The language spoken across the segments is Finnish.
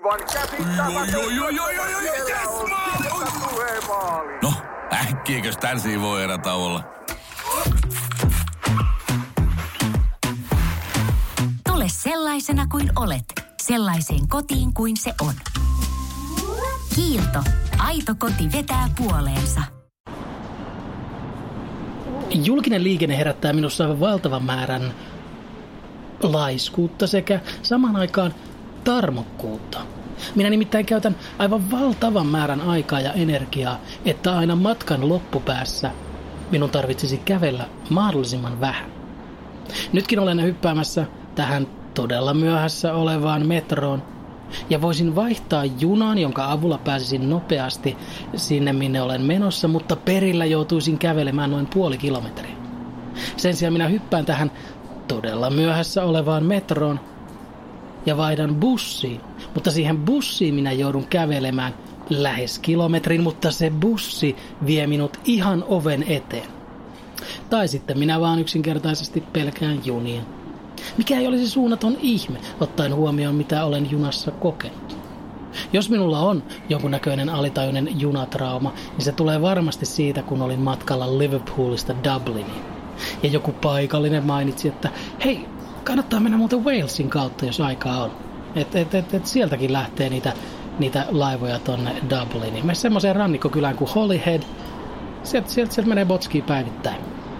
Aivan käsittämätöntä. No, äkkiäkös tän voi erätä olla? Tule sellaisena kuin olet, sellaiseen kotiin kuin se on. Kiilto. Aito koti vetää puoleensa. Julkinen liikenne herättää minussa aivan valtavan määrän laiskuutta sekä samaan aikaan tarmokkuutta. Minä nimittäin käytän aivan valtavan määrän aikaa ja energiaa, että aina matkan loppupäässä minun tarvitsisi kävellä mahdollisimman vähän. Nytkin olen hyppäämässä tähän todella myöhässä olevaan metroon ja voisin vaihtaa junaan, jonka avulla pääsisin nopeasti sinne, minne olen menossa, mutta perillä joutuisin kävelemään noin 0,5 kilometriä. Sen sijaan minä hyppään tähän todella myöhässä olevaan metroon ja vaihdan bussiin, mutta siihen bussiin minä joudun kävelemään lähes kilometrin, mutta se bussi vie minut ihan oven eteen. Tai sitten minä vaan yksinkertaisesti pelkään junia. Mikä ei olisi suunnaton ihme, ottaen huomioon mitä olen junassa kokenut. Jos minulla on jonkunnäköinen alitajuinen junatrauma, niin se tulee varmasti siitä, kun olin matkalla Liverpoolista Dubliniin. Ja joku paikallinen mainitsi, että hei, kannattaa mennä muuten Walesin kautta, jos aikaa on. Et sieltäkin lähtee niitä laivoja tonne Dubliniin. Mene semmoiseen rannikkokylään kuin Holyhead. Sieltä menee botskiin päivittäin.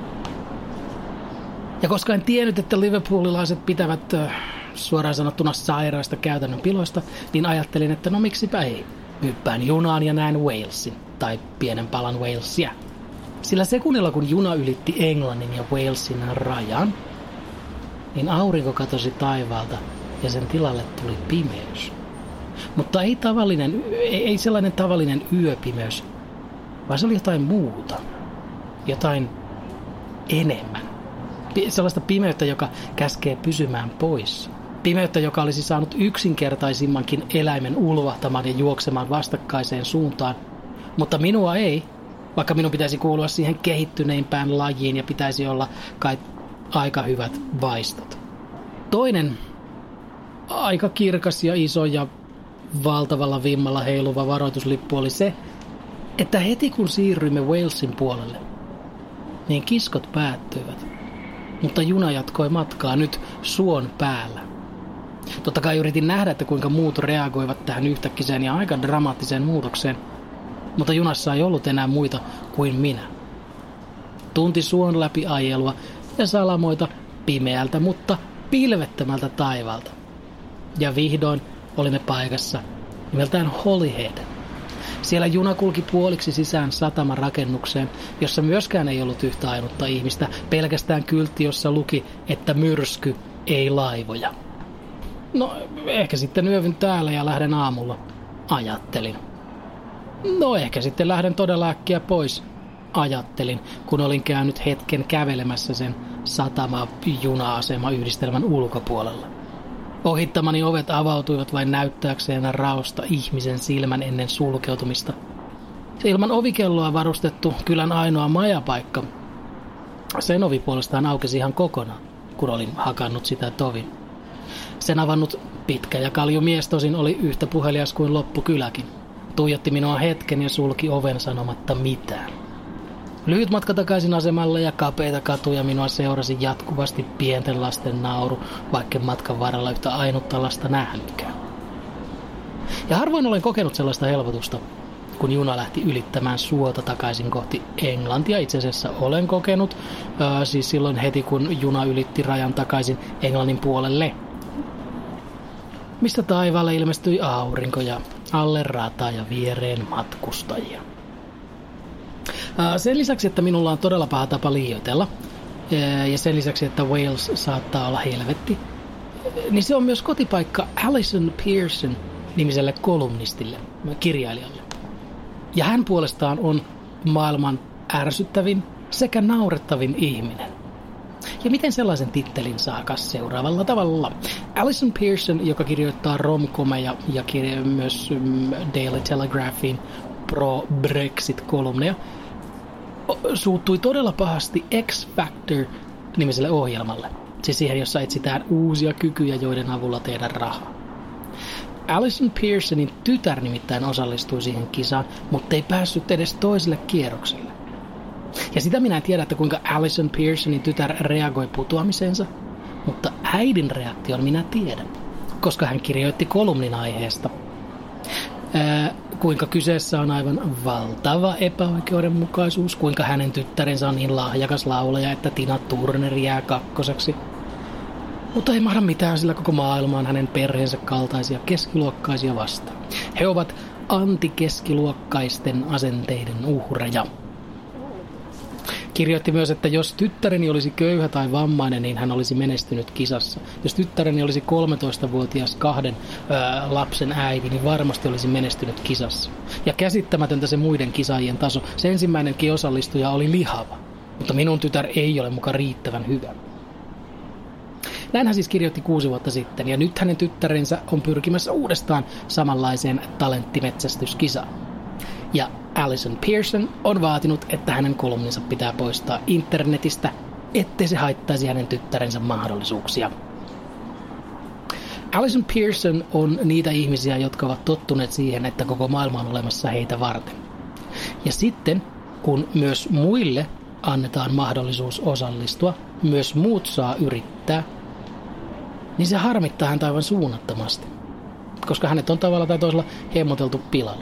Ja koska en tiennyt, että liverpoolilaiset pitävät suoraan sanottuna sairaista käytännön piloista, niin ajattelin, että no miksipä ei. Hyppään junaan ja näen Walesin, tai pienen palan Walesia. Sillä sekunnilla kun juna ylitti Englannin ja Walesin rajan, niin aurinko katosi taivaalta ja sen tilalle tuli pimeys. Mutta ei sellainen tavallinen yöpimeys, vaan se oli jotain muuta. Jotain enemmän. Sellaista pimeyttä, joka käskee pysymään pois. Pimeyttä, joka olisi saanut yksinkertaisimmankin eläimen ulvahtamaan ja juoksemaan vastakkaiseen suuntaan. Mutta minua ei, vaikka minun pitäisi kuulua siihen kehittyneimpään lajiin ja pitäisi olla kai aika hyvät vaistot. Toinen aika kirkas ja iso ja valtavalla vimmalla heiluva varoituslippu oli se, että heti kun siirryimme Walesin puolelle, niin kiskot päättyivät. Mutta juna jatkoi matkaa nyt suon päällä. Totta kai yritin nähdä, että kuinka muut reagoivat tähän yhtäkkiseen ja aika dramaattiseen muutokseen, mutta junassa ei ollut enää muita kuin minä. Tunti suon läpi ajelua ja salamoita pimeältä, mutta pilvettömältä taivaalta. Ja vihdoin olimme paikassa nimeltään Holyhead. Siellä juna kulki puoliksi sisään sataman rakennukseen, jossa myöskään ei ollut yhtä ainutta ihmistä, pelkästään kyltti, jossa luki, että myrsky, ei laivoja. No, ehkä sitten yövyn täällä ja lähden aamulla, ajattelin. No, ehkä sitten lähden todella äkkiä pois, ajattelin, kun olin käynyt hetken kävelemässä sen satama-juna-asema-yhdistelmän ulkopuolella. Ohittamani ovet avautuivat vain näyttääkseen raosta ihmisen silmän ennen sulkeutumista. Se ilman ovikelloa varustettu kylän ainoa majapaikka. Sen ovi puolestaan aukesi ihan kokonaan, kun olin hakannut sitä tovin. Sen avannut pitkä ja kalju mies tosin oli yhtä puhelias kuin loppukyläkin. Tuijotti minua hetken ja sulki oven sanomatta mitään. Lyhyt matka takaisin asemalle ja kapeita katuja minua seurasi jatkuvasti pienten lasten nauru, vaikka matkan varrella yhtä ainutta lasta nähnytkään. Ja harvoin olen kokenut sellaista helpotusta, kun juna lähti ylittämään suota takaisin kohti Englantia. Itse asiassa olen kokenut, siis silloin heti kun juna ylitti rajan takaisin Englannin puolelle. Mistä taivaalle ilmestyi aurinko ja alle rata ja viereen matkustajia. Sen lisäksi, että minulla on todella paha tapa liioitella, ja sen lisäksi, että Wales saattaa olla helvetti, niin se on myös kotipaikka Alison Pearson nimiselle kolumnistille, kirjailijalle. Ja hän puolestaan on maailman ärsyttävin sekä naurettavin ihminen. Ja miten sellaisen tittelin saakas seuraavalla tavalla? Alison Pearson, joka kirjoittaa romcomeja ja myös Daily Telegraphin pro-Brexit-kolumneja, suuttui todella pahasti X-Factor-nimiselle ohjelmalle. Siis siihen, jossa etsitään uusia kykyjä, joiden avulla tehdä rahaa. Alison Pearsonin tytär nimittäin osallistui siihen kisaan, mutta ei päässyt edes toiselle kierrokselle. Ja sitä minä en tiedä, että kuinka Alison Pearsonin tytär reagoi putoamiseensa, mutta äidin reaktion minä tiedän, koska hän kirjoitti kolumnin aiheesta. Kuinka kyseessä on aivan valtava epäoikeudenmukaisuus, kuinka hänen tyttärensä on niin lahjakas laulaja, että Tina Turner jää kakkoseksi. Mutta ei mahda mitään, sillä koko maailma on hänen perheensä kaltaisia keskiluokkaisia vastaan. He ovat antikeskiluokkaisten asenteiden uhreja. Kirjoitti myös, että jos tyttäreni olisi köyhä tai vammainen, niin hän olisi menestynyt kisassa. Jos tyttäreni olisi 13-vuotias 2 lapsen äiti, niin varmasti olisi menestynyt kisassa. Ja käsittämätöntä se muiden kisaajien taso. Se ensimmäinenkin osallistuja oli lihava, mutta minun tytär ei ole muka riittävän hyvä. Näin hän siis kirjoitti 6 vuotta sitten, ja nyt hänen tyttärensä on pyrkimässä uudestaan samanlaiseen talenttimetsästyskisaan. Ja Alison Pearson on vaatinut, että hänen kolumninsa pitää poistaa internetistä, ettei se haittaisi hänen tyttärensä mahdollisuuksia. Alison Pearson on niitä ihmisiä, jotka ovat tottuneet siihen, että koko maailma on olemassa heitä varten. Ja sitten, kun myös muille annetaan mahdollisuus osallistua, myös muut saa yrittää, niin se harmittaa häntä aivan suunnattomasti, koska hänet on tavalla tai toisella hemmoteltu pilalle.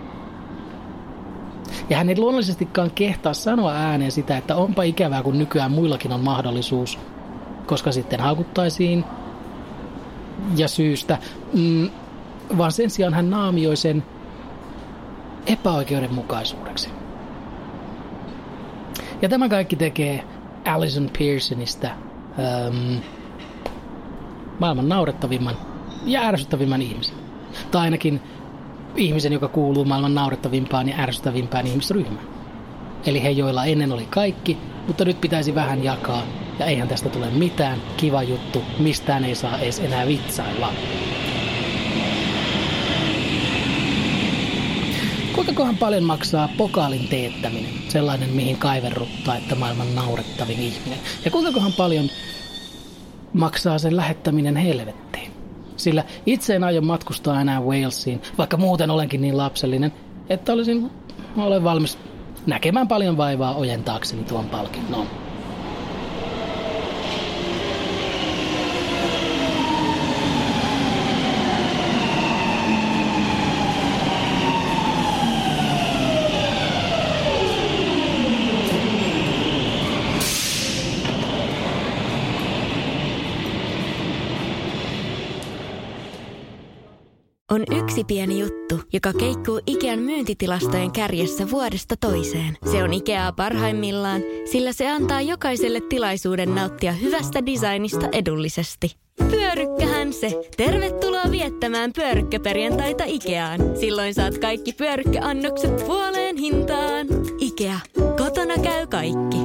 Ja hän ei luonnollisestikaan kehtaa sanoa ääneen sitä, että onpa ikävää, kun nykyään muillakin on mahdollisuus, koska sitten haukuttaisiin ja syystä, vaan sen sijaan hän naamioi sen epäoikeudenmukaisuudeksi. Ja tämä kaikki tekee Alison Pearsonista maailman naurettavimman ja ärsyttävimmän ihmisen. Tai ainakin ihmisen, joka kuuluu maailman naurettavimpaan ja ärsyttävimpään ihmisryhmään. Eli he, joilla ennen oli kaikki, mutta nyt pitäisi vähän jakaa. Ja eihän tästä tule mitään. Kiva juttu. Mistään ei saa edes enää vitsailla. Kuinkakohan paljon maksaa pokaalin teettäminen? Sellainen, mihin kaiverruttaa, että maailman naurettavin ihminen. Ja kuinkakohan paljon maksaa sen lähettäminen helvettiin? Sillä itse en aio matkustaa enää Walesiin, vaikka muuten olenkin niin lapsellinen, että olen valmis näkemään paljon vaivaa ojentaakseni tuon palkinnon. On yksi pieni juttu, joka keikkuu Ikean myyntitilastojen kärjessä vuodesta toiseen. Se on Ikeaa parhaimmillaan, sillä se antaa jokaiselle tilaisuuden nauttia hyvästä designista edullisesti. Pyörykkähän se! Tervetuloa viettämään pyörykkäperjantaita Ikeaan. Silloin saat kaikki pyörykkäannokset puoleen hintaan. Ikea. Kotona käy kaikki.